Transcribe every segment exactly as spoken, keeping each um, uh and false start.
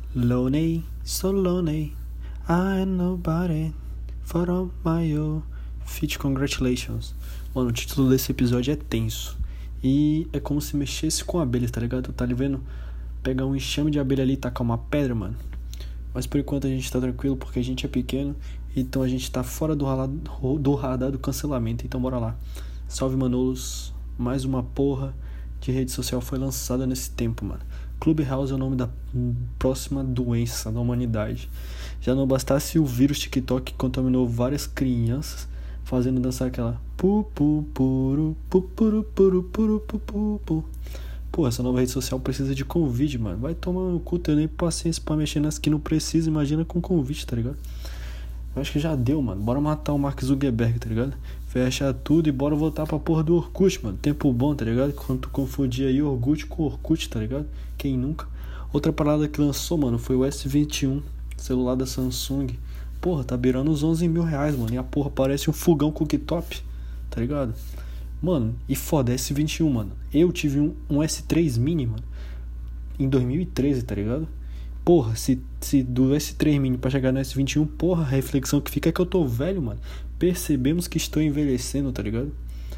Lonely, so lonely, I am nobody for all my own feat congratulations. Mano, o título desse episódio é tenso. E é como se mexesse com abelhas, tá ligado? Tá ali vendo? Pegar um enxame de abelha ali e tacar uma pedra, mano. Mas por enquanto a gente tá tranquilo porque a gente é pequeno. Então a gente tá fora do radar do, radar do cancelamento. Então bora lá. Salve, Manolos. Mais uma porra de rede social foi lançada nesse tempo, mano. Clubhouse é o nome da próxima doença da humanidade. Já não bastasse o vírus TikTok que contaminou várias crianças, fazendo dançar aquela pu pu puru pu puru puru puru pu pu pu. Pô, essa nova rede social precisa de convite, mano. Vai tomar no cu, tenho nem paciência pra mexer nas que não precisa, imagina com convite, tá ligado? Eu acho que já deu, mano. Bora matar o Mark Zuckerberg, tá ligado? Fecha tudo e bora voltar pra porra do Orkut, mano. Tempo bom, tá ligado? Quando tu confundia aí Orkut com Orkut, tá ligado? Quem nunca? Outra parada que lançou, mano, foi o S vinte e um, celular da Samsung. Porra, tá beirando os onze mil reais, mano. E a porra parece um fogão cooktop, tá ligado? Mano, e foda, S vinte e um, mano. Eu tive um, um S três Mini, mano, em dois mil e treze, tá ligado? Porra, se, se do S três Mini pra chegar no S vinte e um, porra, a reflexão que fica é que eu tô velho, mano. Percebemos que estou envelhecendo, tá ligado?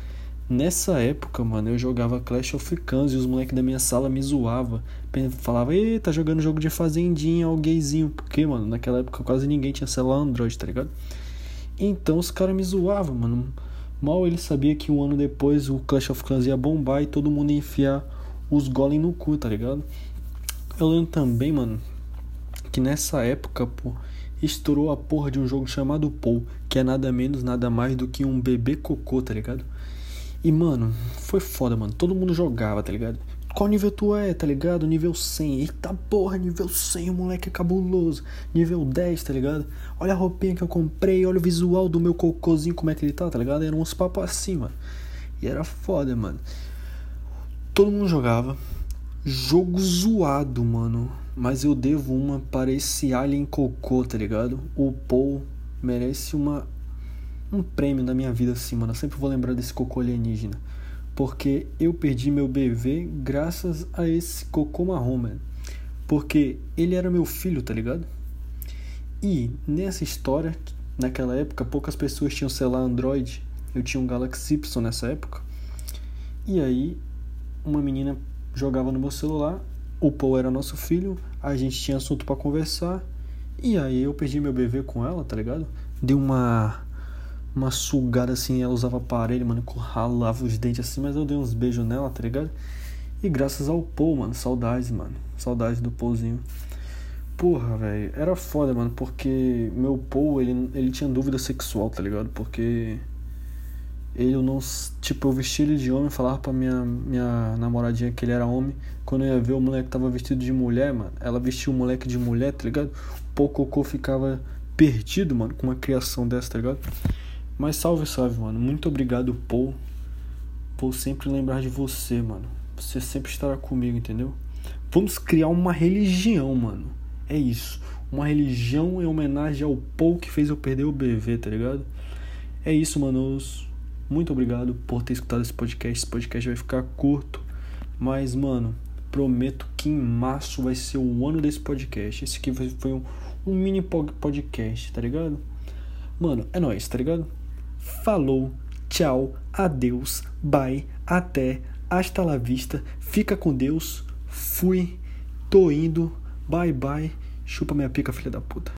Nessa época, mano, eu jogava Clash of Clans e os moleques da minha sala me zoavam. Falava, ei, tá jogando jogo de fazendinha, ó, gayzinho. Porque, mano, naquela época quase ninguém tinha celular Android, tá ligado? Então os caras me zoavam, mano. Mal ele sabia que um ano depois o Clash of Clans ia bombar e todo mundo ia enfiar os golem no cu, tá ligado? Eu lembro também, mano, que nessa época, pô, estourou a porra de um jogo chamado Pou, que é nada menos, nada mais do que um bebê cocô, tá ligado? E, mano, foi foda, mano. Todo mundo jogava, tá ligado? Qual nível tu é, tá ligado? Nível cem. Eita porra, nível cem, o moleque é cabuloso. Nível dez, tá ligado? Olha a roupinha que eu comprei, olha o visual do meu cocôzinho, como é que ele tá, tá ligado? Eram uns papos assim, mano. E era foda, mano. Todo mundo jogava. Jogo zoado, mano. Mas eu devo uma para esse alien cocô, tá ligado? O Paul merece uma... um prêmio na minha vida, assim, mano. Eu sempre vou lembrar desse cocô alienígena. Porque eu perdi meu bebê graças a esse cocô marrom, mano. Porque ele era meu filho, tá ligado? E nessa história, naquela época, poucas pessoas tinham celular Android. Eu tinha um Galaxy Y nessa época. E aí, uma menina jogava no meu celular. O Paul era nosso filho. A gente tinha assunto pra conversar. E aí eu perdi meu bebê com ela, tá ligado? Dei uma... uma sugada assim, ela usava aparelho, mano, ralava os dentes assim, mas eu dei uns beijos nela, tá ligado? E graças ao Paul, mano, saudades, mano, saudades do Paulzinho. Porra, velho, era foda, mano, porque meu Paul, ele, ele tinha dúvida sexual, tá ligado? Porque ele não, tipo, eu vestia ele de homem, falava pra minha, minha namoradinha que ele era homem. Quando eu ia ver, o moleque tava vestido de mulher, mano, ela vestia o moleque de mulher, tá ligado? O Paul Cocô ficava perdido, mano, com uma criação dessa, tá ligado? Mas salve, salve, mano. Muito obrigado, Paul. Vou sempre lembrar de você, mano. Você sempre estará comigo, entendeu? Vamos criar uma religião, mano. É isso. Uma religião em homenagem ao Paul que fez eu perder o bebê, tá ligado? É isso, manos. Muito obrigado por ter escutado esse podcast. Esse podcast vai ficar curto. Mas, mano, prometo que em março vai ser o ano desse podcast. Esse aqui foi um, um mini podcast, tá ligado? Mano, é nóis, tá ligado? Falou, tchau, adeus, bye, até, hasta la vista, fica com Deus, fui, tô indo, bye bye, chupa minha pica, filha da puta.